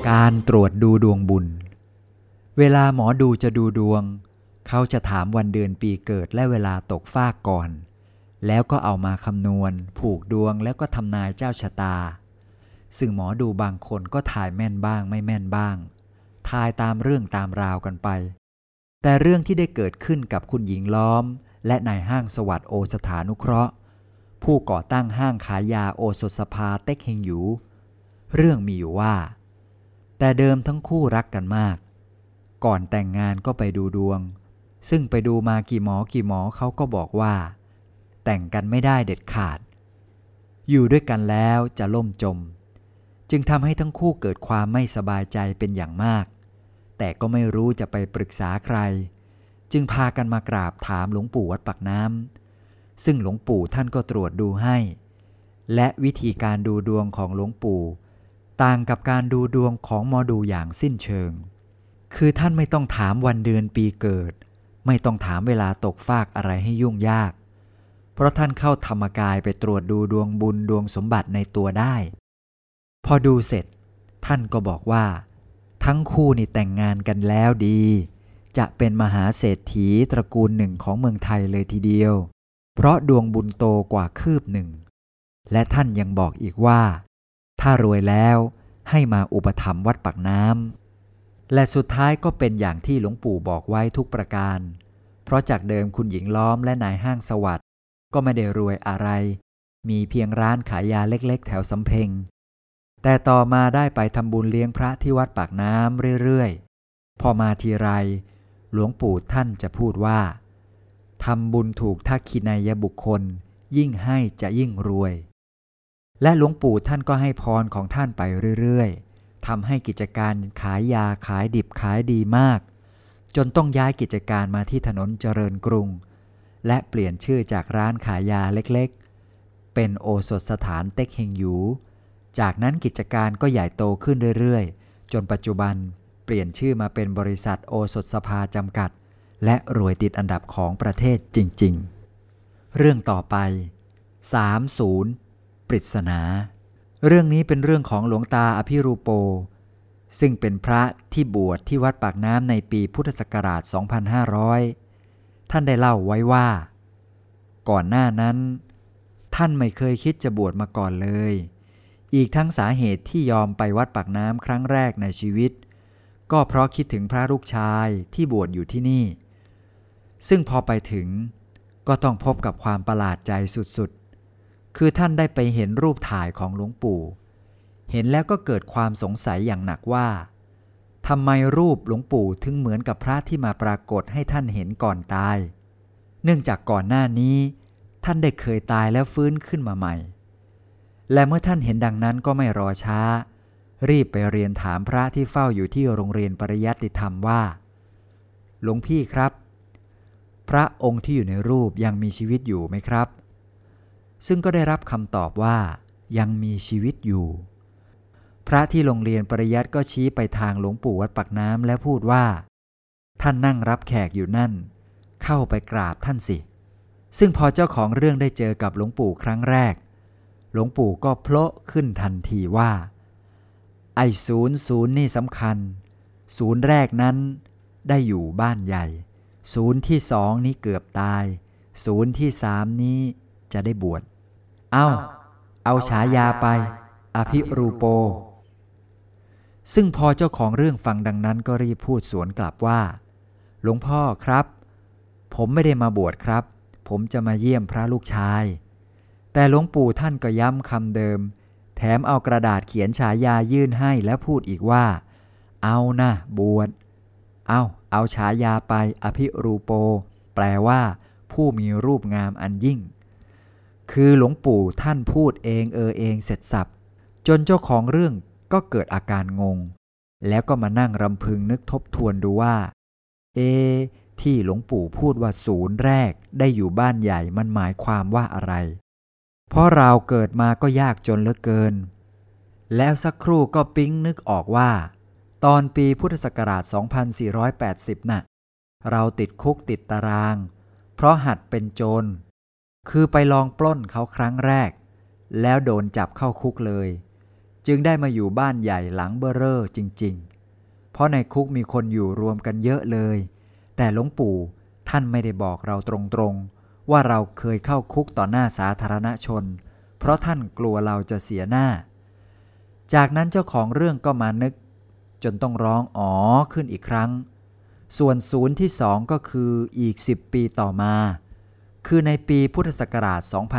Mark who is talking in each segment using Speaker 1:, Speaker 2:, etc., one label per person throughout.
Speaker 1: การตรวจดูดวงบุญเวลาหมอดูจะดูดวงเขาจะถามวันเดือนปีเกิดและเวลาตกฟากก่อนแล้วก็เอามาคำนวณผูกดวงแล้วก็ทำนายเจ้าชะตาซึ่งหมอดูบางคนก็ทายแม่นบ้างไม่แม่นบ้างทายตามเรื่องตามราวกันไปแต่เรื่องที่ได้เกิดขึ้นกับคุณหญิงล้อมและนายห้างสวัสดิ์โอสถานุเคราะห์ผู้ก่อตั้งห้างขายยาโอสถสภาเต็กเฮงหยูเรื่องมีอยู่ว่าแต่เดิมทั้งคู่รักกันมากก่อนแต่งงานก็ไปดูดวงซึ่งไปดูมากี่หมอเขาก็บอกว่าแต่งกันไม่ได้เด็ดขาดอยู่ด้วยกันแล้วจะล่มจมจึงทำให้ทั้งคู่เกิดความไม่สบายใจเป็นอย่างมากแต่ก็ไม่รู้จะไปปรึกษาใครจึงพากันมากราบถามหลวงปู่วัดปากน้ำซึ่งหลวงปู่ท่านก็ตรวจดูให้และวิธีการดูดวงของหลวงปู่ต่างกับการดูดวงของหมอดูอย่างสิ้นเชิงคือท่านไม่ต้องถามวันเดือนปีเกิดไม่ต้องถามเวลาตกฟากอะไรให้ยุ่งยากเพราะท่านเข้าธรรมกายไปตรวจดูดวงบุญดวงสมบัติในตัวได้พอดูเสร็จท่านก็บอกว่าทั้งคู่นี่แต่งงานกันแล้วดีจะเป็นมหาเศรษฐีตระกูลหนึ่งของเมืองไทยเลยทีเดียวเพราะดวงบุญโตกว่าคืบหนึ่งและท่านยังบอกอีกว่าถ้ารวยแล้วให้มาอุปถัมภ์วัดปากน้ำและสุดท้ายก็เป็นอย่างที่หลวงปู่บอกไว้ทุกประการเพราะจากเดิมคุณหญิงล้อมและนายห้างสวัสดิ์ก็ไม่ได้รวยอะไรมีเพียงร้านขายยาเล็กๆแถวสำเพ็งแต่ต่อมาได้ไปทำบุญเลี้ยงพระที่วัดปากน้ำเรื่อยๆพอมาทีไรหลวงปู่ท่านจะพูดว่าทำบุญถูกทักขินัยบุคคลยิ่งให้จะยิ่งรวยและหลวงปู่ท่านก็ให้พรของท่านไปเรื่อยๆทำให้กิจการขายยาขายดิบขายดีมากจนต้องย้ายกิจการมาที่ถนนเจริญกรุงและเปลี่ยนชื่อจากร้านขายยาเล็กๆเป็นโอสถสถานเต็กเฮงหยูจากนั้นกิจการก็ใหญ่โตขึ้นเรื่อยๆจนปัจจุบันเปลี่ยนชื่อมาเป็นบริษัทโอสถสภาจำกัดและรวยติดอันดับของประเทศจริงๆเรื่องต่อไป30ปริศนาเรื่องนี้เป็นเรื่องของหลวงตาอภิรูโปซึ่งเป็นพระที่บวชที่วัดปากน้ำในปีพุทธศักราช 2500 ท่านได้เล่าไว้ว่าก่อนหน้านั้นท่านไม่เคยคิดจะบวชมาก่อนเลยอีกทั้งสาเหตุที่ยอมไปวัดปากน้ำครั้งแรกในชีวิตก็เพราะคิดถึงพระลูกชายที่บวชอยู่ที่นี่ซึ่งพอไปถึงก็ต้องพบกับความประหลาดใจสุดๆคือท่านได้ไปเห็นรูปถ่ายของหลวงปู่เห็นแล้วก็เกิดความสงสัยอย่างหนักว่าทำไมรูปหลวงปู่ถึงเหมือนกับพระที่มาปรากฏให้ท่านเห็นก่อนตายเนื่องจากก่อนหน้านี้ท่านได้เคยตายแล้วฟื้นขึ้นมาใหม่และเมื่อท่านเห็นดังนั้นก็ไม่รอช้ารีบไปเรียนถามพระที่เฝ้าอยู่ที่โรงเรียนปริยัติธรรมว่าหลวงพี่ครับพระองค์ที่อยู่ในรูปยังมีชีวิตอยู่ไหมครับซึ่งก็ได้รับคำตอบว่ายังมีชีวิตอยู่พระที่โรงเรียนปริยัติก็ชี้ไปทางหลวงปู่วัดปากน้ำและพูดว่าท่านนั่งรับแขกอยู่นั่นเข้าไปกราบท่านสิซึ่งพอเจ้าของเรื่องได้เจอกับหลวงปู่ครั้งแรกหลวงปู่ก็โผล่ขึ้นทันทีว่าไอ้ศูนย์นี่สำคัญศูนย์แรกนั้นได้อยู่บ้านใหญ่ศูนย์ที่2นี้เกือบตายศูนย์ที่3นี้จะได้บวชเอาฉายาไปอภิรูโปซึ่งพอเจ้าของเรื่องฟังดังนั้นก็รีบพูดสวนกลับว่าหลวงพ่อครับผมไม่ได้มาบวชครับผมจะมาเยี่ยมพระลูกชายแต่หลวงปู่ท่านก็ย้ำคำเดิมแถมเอากระดาษเขียนฉายายื่นให้และพูดอีกว่าเอานะบวชเอาฉายาไปอภิรูโปแปลว่าผู้มีรูปงามอันยิ่งคือหลวงปู่ท่านพูดเองเสร็จสับจนเจ้าของเรื่องก็เกิดอาการงงแล้วก็มานั่งรำพึงนึกทบทวนดูว่าที่หลวงปู่พูดว่าศูนย์แรกได้อยู่บ้านใหญ่มันหมายความว่าอะไรเพราะเราเกิดมาก็ยากจนเหลือเกินแล้วสักครู่ก็ปิ๊งนึกออกว่าตอนปีพุทธศักราช 2480 น่ะเราติดคุกติดตารางเพราะหัดเป็นโจรคือไปลองปล้นเขาครั้งแรกแล้วโดนจับเข้าคุกเลยจึงได้มาอยู่บ้านใหญ่หลังเบ้อเร่อจริงๆเพราะในคุกมีคนอยู่รวมกันเยอะเลยแต่หลวงปู่ท่านไม่ได้บอกเราตรงๆว่าเราเคยเข้าคุกต่อหน้าสาธารณชนเพราะท่านกลัวเราจะเสียหน้าจากนั้นเจ้าของเรื่องก็มานึกจนต้องร้องอ๋อขึ้นอีกครั้งส่วนศูนย์ที่2ก็คืออีก10 ปีต่อมาคือในปีพุทธศักราช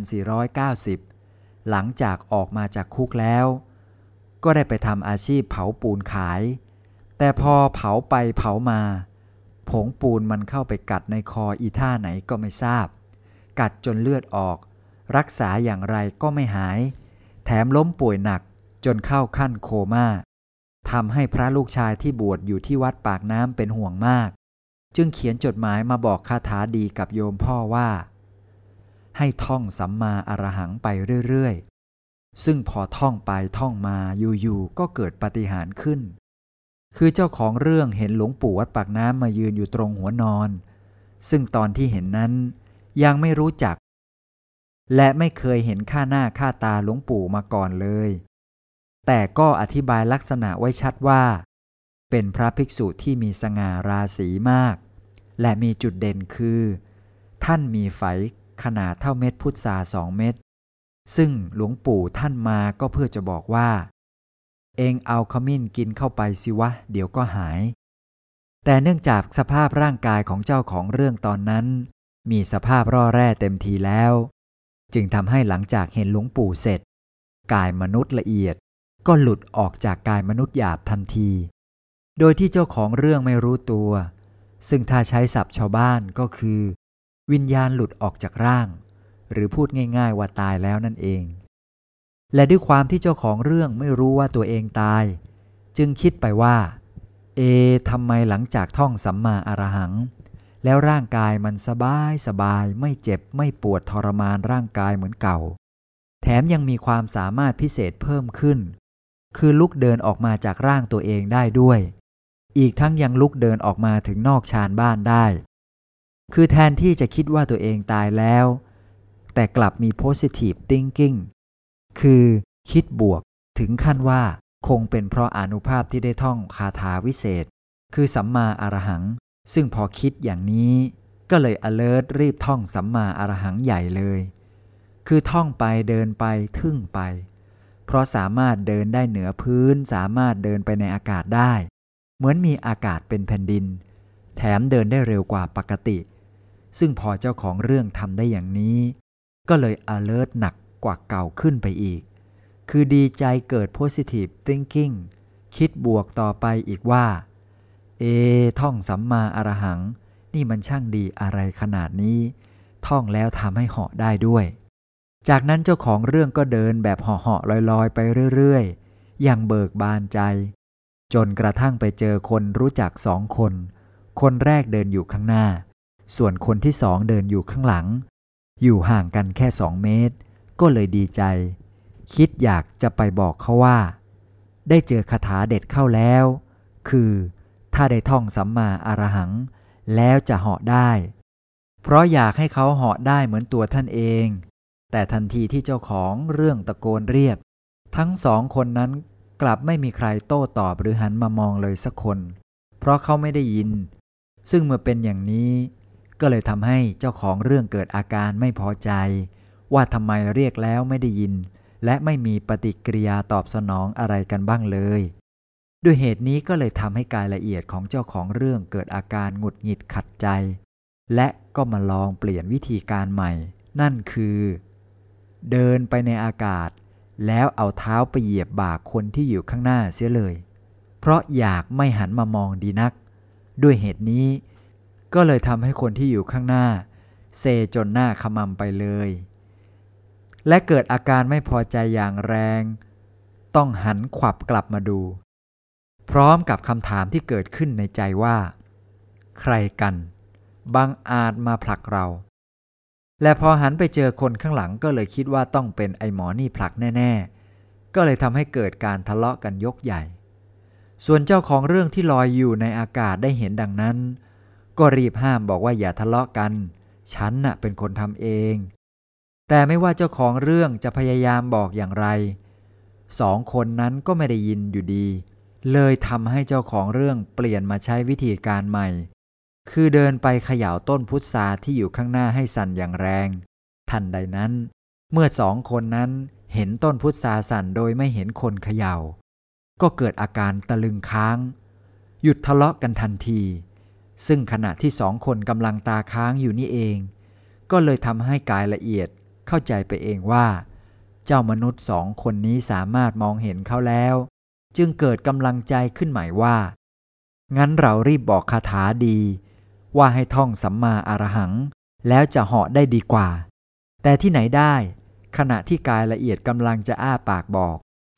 Speaker 1: 2490 หลังจากออกมาจากคุกแล้วก็ได้ไปทำอาชีพเผาปูนขายแต่พอเผาไปเผามาผงปูนมันเข้าไปกัดในคออีท่าไหนก็ไม่ทราบกัดจนเลือดออกรักษาอย่างไรก็ไม่หายแถมล้มป่วยหนักจนเข้าขั้นโคม่าทำให้พระลูกชายที่บวชอยู่ที่วัดปากน้ำเป็นห่วงมากจึงเขียนจดหมายมาบอกคาถาดีกับโยมพ่อว่าให้ท่องสัมมาอรหังไปเรื่อยๆซึ่งพอท่องไปท่องมาอยู่ๆก็เกิดปาฏิหาริย์ขึ้นคือเจ้าของเรื่องเห็นหลวงปู่วัดปากน้ำมายืนอยู่ตรงหัวนอนซึ่งตอนที่เห็นนั้นยังไม่รู้จักและไม่เคยเห็นค่าหน้าค่าตาหลวงปู่มาก่อนเลยแต่ก็อธิบายลักษณะไว้ชัดว่าเป็นพระภิกษุที่มีสง่าราศีมากและมีจุดเด่นคือท่านมีไฝขนาดเท่าเม็ดพุทรา2 เม็ดซึ่งหลวงปู่ท่านมาก็เพื่อจะบอกว่าเองเอาขมิ้นกินเข้าไปสิวะเดี๋ยวก็หายแต่เนื่องจากสภาพร่างกายของเจ้าของเรื่องตอนนั้นมีสภาพร่อแร่เต็มทีแล้วจึงทำให้หลังจากเห็นหลวงปู่เสร็จกายมนุษย์ละเอียดก็หลุดออกจากกายมนุษย์หยาบทันทีโดยที่เจ้าของเรื่องไม่รู้ตัวซึ่งถ้าใช้ศัพท์ชาวบ้านก็คือวิญญาณหลุดออกจากร่างหรือพูดง่ายๆว่าตายแล้วนั่นเองและด้วยความที่เจ้าของเรื่องไม่รู้ว่าตัวเองตายจึงคิดไปว่าทำไมหลังจากท่องสัมมาอรหังแล้วร่างกายมันสบายไม่เจ็บไม่ปวดทรมานร่างกายเหมือนเก่าแถมยังมีความสามารถพิเศษเพิ่มขึ้นคือลุกเดินออกมาจากร่างตัวเองได้ด้วยอีกทั้งยังลุกเดินออกมาถึงนอกชานบ้านได้คือแทนที่จะคิดว่าตัวเองตายแล้วแต่กลับมี positive thinking คือคิดบวกถึงขั้นว่าคงเป็นเพราะอานุภาพที่ได้ท่องคาถาวิเศษคือสัมมาอรหังซึ่งพอคิดอย่างนี้ก็เลย alert รีบท่องสัมมาอรหังใหญ่เลยคือท่องไปเดินไปทึ่งไปเพราะสามารถเดินได้เหนือพื้นสามารถเดินไปในอากาศได้เหมือนมีอากาศเป็นแผ่นดินแถมเดินได้เร็วกว่าปกติซึ่งพอเจ้าของเรื่องทำได้อย่างนี้ก็เลย alert หนักกว่าเก่าขึ้นไปอีกคือดีใจเกิด positive thinking คิดบวกต่อไปอีกว่าท่องสัมมาอรหังนี่มันช่างดีอะไรขนาดนี้ท่องแล้วทำให้เหาะได้ด้วยจากนั้นเจ้าของเรื่องก็เดินแบบเหาะๆลอยๆไปเรื่อยๆอย่างเบิกบานใจจนกระทั่งไปเจอคนรู้จัก2 คนคนแรกเดินอยู่ข้างหน้าส่วนคนที่2เดินอยู่ข้างหลังอยู่ห่างกันแค่2 เมตรก็เลยดีใจคิดอยากจะไปบอกเขาว่าได้เจอคาถาเด็ดเข้าแล้วคือถ้าได้ท่องสัมมาอรหังแล้วจะเหาะได้เพราะอยากให้เขาเหาะได้เหมือนตัวท่านเองแต่ทันทีที่เจ้าของเรื่องตะโกนเรียกทั้ง2 คนนั้นกลับไม่มีใครโต้ตอบหรือหันมามองเลยสักคนเพราะเขาไม่ได้ยินซึ่งเมื่อเป็นอย่างนี้ก็เลยทำให้เจ้าของเรื่องเกิดอาการไม่พอใจว่าทำไมเรียกแล้วไม่ได้ยินและไม่มีปฏิกิริยาตอบสนองอะไรกันบ้างเลยด้วยเหตุนี้ก็เลยทำให้กายละเอียดของเจ้าของเรื่องเกิดอาการหงุดหงิดขัดใจและก็มาลองเปลี่ยนวิธีการใหม่นั่นคือเดินไปในอากาศแล้วเอาเท้าไปเหยียบบ่าคนที่อยู่ข้างหน้าเสียเลยเพราะอยากไม่หันมามองดีนักด้วยเหตุนี้ก็เลยทำให้คนที่อยู่ข้างหน้าเซจนหน้าขมำไปเลยและเกิดอาการไม่พอใจอย่างแรงต้องหันขวับกลับมาดูพร้อมกับคำถามที่เกิดขึ้นในใจว่าใครกันบังอาจมาผลักเราและพอหันไปเจอคนข้างหลังก็เลยคิดว่าต้องเป็นไอ้หมอนี่ผลักแน่ๆก็เลยทำให้เกิดการทะเลาะกันยกใหญ่ส่วนเจ้าของเรื่องที่ลอยอยู่ในอากาศได้เห็นดังนั้นก็รีบห้ามบอกว่าอย่าทะเลาะกันฉันน่ะเป็นคนทำเองแต่ไม่ว่าเจ้าของเรื่องจะพยายามบอกอย่างไร 2 คนนั้นก็ไม่ได้ยินอยู่ดีเลยทำให้เจ้าของเรื่องเปลี่ยนมาใช้วิธีการใหม่คือเดินไปเขย่าต้นพุทราที่อยู่ข้างหน้าให้สั่นอย่างแรงทันใดนั้นเมื่อ2 คนนั้นเห็นต้นพุทราสั่นโดยไม่เห็นคนเขย่าก็เกิดอาการตะลึงค้างหยุดทะเลาะกันทันทีซึ่งขณะที่2 คนกำลังตาค้างอยู่นี่เองก็เลยทำให้กายละเอียดเข้าใจไปเองว่าเจ้ามนุษย์2 คนนี้สามารถมองเห็นเขาแล้วจึงเกิดกำลังใจขึ้นใหม่ว่างั้นเรารีบบอกคาถาดีว่าให้ท่องสัมมาอรหังแล้วจะเหาะได้ดีกว่าแต่ที่ไหนได้ขณะที่กายละเอียดกำลังจะอ้าปากบอก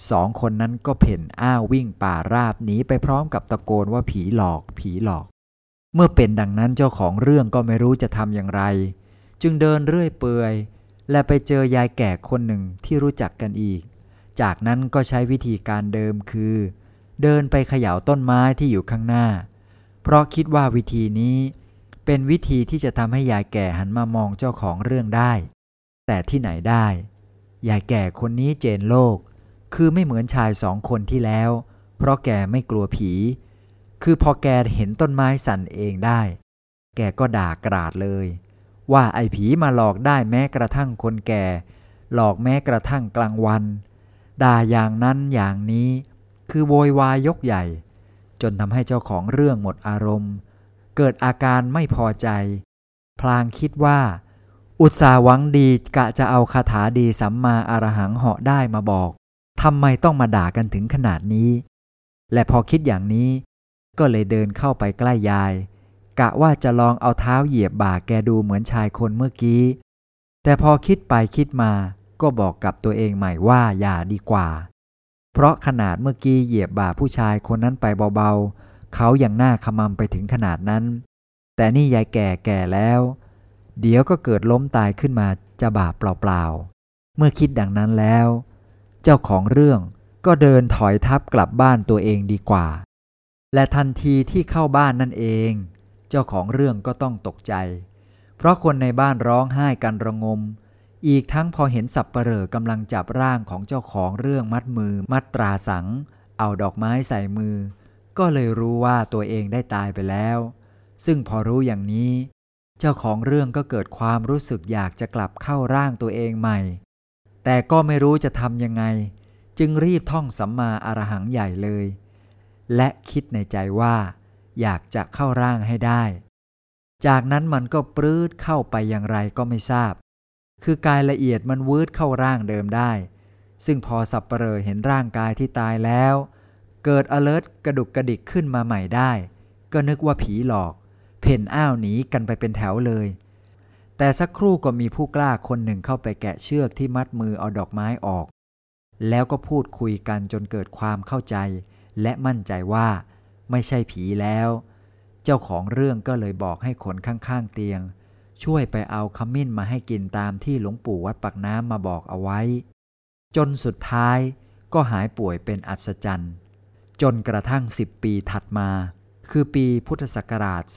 Speaker 1: 2 คนนั้นก็เพ่นอ้าววิ่งป่าราบหนีไปพร้อมกับตะโกนว่าผีหลอกผีหลอกเมื่อเป็นดังนั้นเจ้าของเรื่องก็ไม่รู้จะทำอย่างไรจึงเดินเรื่อยเปื่อยและไปเจอยายแก่คนหนึ่งที่รู้จักกันอีกจากนั้นก็ใช้วิธีการเดิมคือเดินไปเขย่าต้นไม้ที่อยู่ข้างหน้าเพราะคิดว่าวิธีนี้เป็นวิธีที่จะทำให้ยายแก่หันมามองเจ้าของเรื่องได้แต่ที่ไหนได้ยายแก่คนนี้เจนโลกคือไม่เหมือนชาย2 คนที่แล้วเพราะแกไม่กลัวผีคือพอแกเห็นต้นไม้สั่นเองได้แกก็ด่ากราดเลยว่าไอ้ผีมาหลอกได้แม้กระทั่งคนแก่หลอกแม้กระทั่งกลางวันด่าอย่างนั้นอย่างนี้คือโวยวายยกใหญ่จนทำให้เจ้าของเรื่องหมดอารมณ์เกิดอาการไม่พอใจพลางคิดว่าอุตส่าห์หวังดีกะจะเอาคาถาดีสัมมาอรหังเหาะได้มาบอกทำไมต้องมาด่ากันถึงขนาดนี้และพอคิดอย่างนี้ก็เลยเดินเข้าไปใกล้ยายกะว่าจะลองเอาเท้าเหยียบบ่าแกดูเหมือนชายคนเมื่อกี้แต่พอคิดไปคิดมาก็บอกกับตัวเองใหม่ว่าอย่าดีกว่าเพราะขนาดเมื่อกี้เหยียบบ่าผู้ชายคนนั้นไปเบาๆเขายังหน้าขมำไปถึงขนาดนั้นแต่นี่ยายแก่แล้วเดี๋ยวก็เกิดล้มตายขึ้นมาจะบาปเปล่าๆเมื่อคิดดังนั้นแล้วเจ้าของเรื่องก็เดินถอยทับกลับบ้านตัวเองดีกว่าและทันทีที่เข้าบ้านนั่นเองเจ้าของเรื่องก็ต้องตกใจเพราะคนในบ้านร้องไห้กันระงมอีกทั้งพอเห็นสับปเหร่อกำลังจับร่างของเจ้าของเรื่องมัดมือมัดตราสังเอาดอกไม้ใส่มือก็เลยรู้ว่าตัวเองได้ตายไปแล้วซึ่งพอรู้อย่างนี้เจ้าของเรื่องก็เกิดความรู้สึกอยากจะกลับเข้าร่างตัวเองใหม่แต่ก็ไม่รู้จะทำยังไงจึงรีบท่องสัมมาอรหังใหญ่เลยและคิดในใจว่าอยากจะเข้าร่างให้ได้จากนั้นมันก็ปรื้ดเข้าไปอย่างไรก็ไม่ทราบคือกายละเอียดมันวืดเข้าร่างเดิมได้ซึ่งพอสับปเหร่อเห็นร่างกายที่ตายแล้วเกิดalertกระดุกกระดิกขึ้นมาใหม่ได้ก็นึกว่าผีหลอกเพ่นอ้าวหนีกันไปเป็นแถวเลยแต่สักครู่ก็มีผู้กล้าคนหนึ่งเข้าไปแกะเชือกที่มัดมือเอาดอกไม้ออกแล้วก็พูดคุยกันจนเกิดความเข้าใจและมั่นใจว่าไม่ใช่ผีแล้วเจ้าของเรื่องก็เลยบอกให้คนข้างๆเตียงช่วยไปเอาขมิ้นมาให้กินตามที่หลวงปู่วัดปากน้ำมาบอกเอาไว้จนสุดท้ายก็หายป่วยเป็นอัศจรรย์จนกระทั่ง10 ปีถัดมาคือปีพุทธศักราช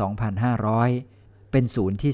Speaker 1: 2500 เป็นศูนย์ที่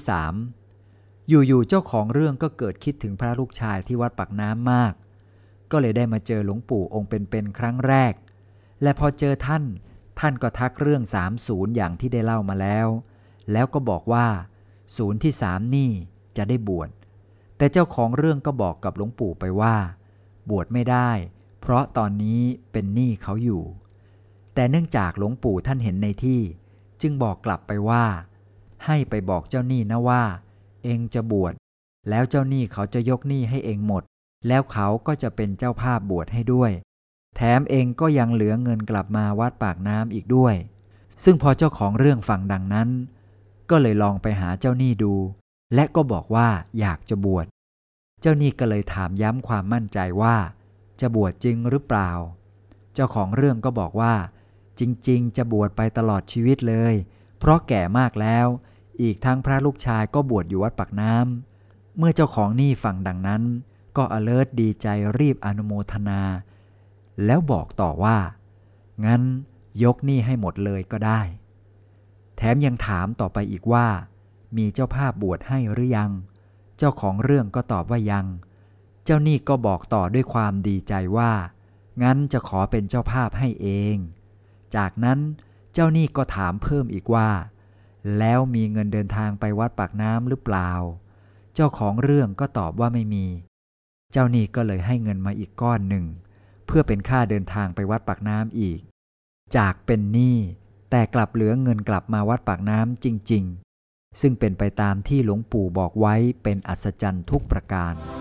Speaker 1: 3อยู่ๆเจ้าของเรื่องก็เกิดคิดถึงพระลูกชายที่วัดปากน้ำมากก็เลยได้มาเจอหลวงปู่องค์เป็นครั้งแรกและพอเจอท่านก็ทักเรื่อง30อย่างที่ได้เล่ามาแล้วก็บอกว่าศูนย์ที่ 3นี่จะได้บวชแต่เจ้าของเรื่องก็บอกกับหลวงปู่ไปว่าบวชไม่ได้เพราะตอนนี้เป็นหนี้เขาอยู่แต่เนื่องจากหลวงปู่ท่านเห็นในที่จึงบอกกลับไปว่าให้ไปบอกเจ้าหนี้นะว่าเองจะบวชแล้วเจ้าหนี้เขาจะยกหนี้ให้เองหมดแล้วเขาก็จะเป็นเจ้าภาพบวชให้ด้วยแถมเองก็ยังเหลือเงินกลับมาวัดปากน้ำอีกด้วยซึ่งพอเจ้าของเรื่องฟังดังนั้นก็เลยลองไปหาเจ้าหนี้ดูและก็บอกว่าอยากจะบวชเจ้าหนี้ก็เลยถามย้ำความมั่นใจว่าจะบวชจริงหรือเปล่าเจ้าของเรื่องก็บอกว่าจริงๆจะบวชไปตลอดชีวิตเลยเพราะแก่มากแล้วอีกทั้งพระลูกชายก็บวชอยู่วัดปากน้ำเมื่อเจ้าของหนี้ฟังดังนั้นก็alertดีใจรีบอนุโมทนาแล้วบอกต่อว่างั้นยกหนี้ให้หมดเลยก็ได้แถมยังถามต่อไปอีกว่ามีเจ้าภาพบวชให้หรือยังเจ้าของเรื่องก็ตอบว่ายังเจ้าหนี้ก็บอกต่อด้วยความดีใจว่างั้นจะขอเป็นเจ้าภาพให้เองจากนั้นเจ้าหนี้ก็ถามเพิ่มอีกว่าแล้วมีเงินเดินทางไปวัดปากน้ำหรือเปล่าเจ้าของเรื่องก็ตอบว่าไม่มีเจ้าหนี้ก็เลยให้เงินมาอีกก้อนหนึ่งเพื่อเป็นค่าเดินทางไปวัดปากน้ำอีกจากเป็นหนี้แต่กลับเหลือเงินกลับมาวัดปากน้ำจริงๆซึ่งเป็นไปตามที่หลวงปู่บอกไว้เป็นอัศจรรย์ทุกประการ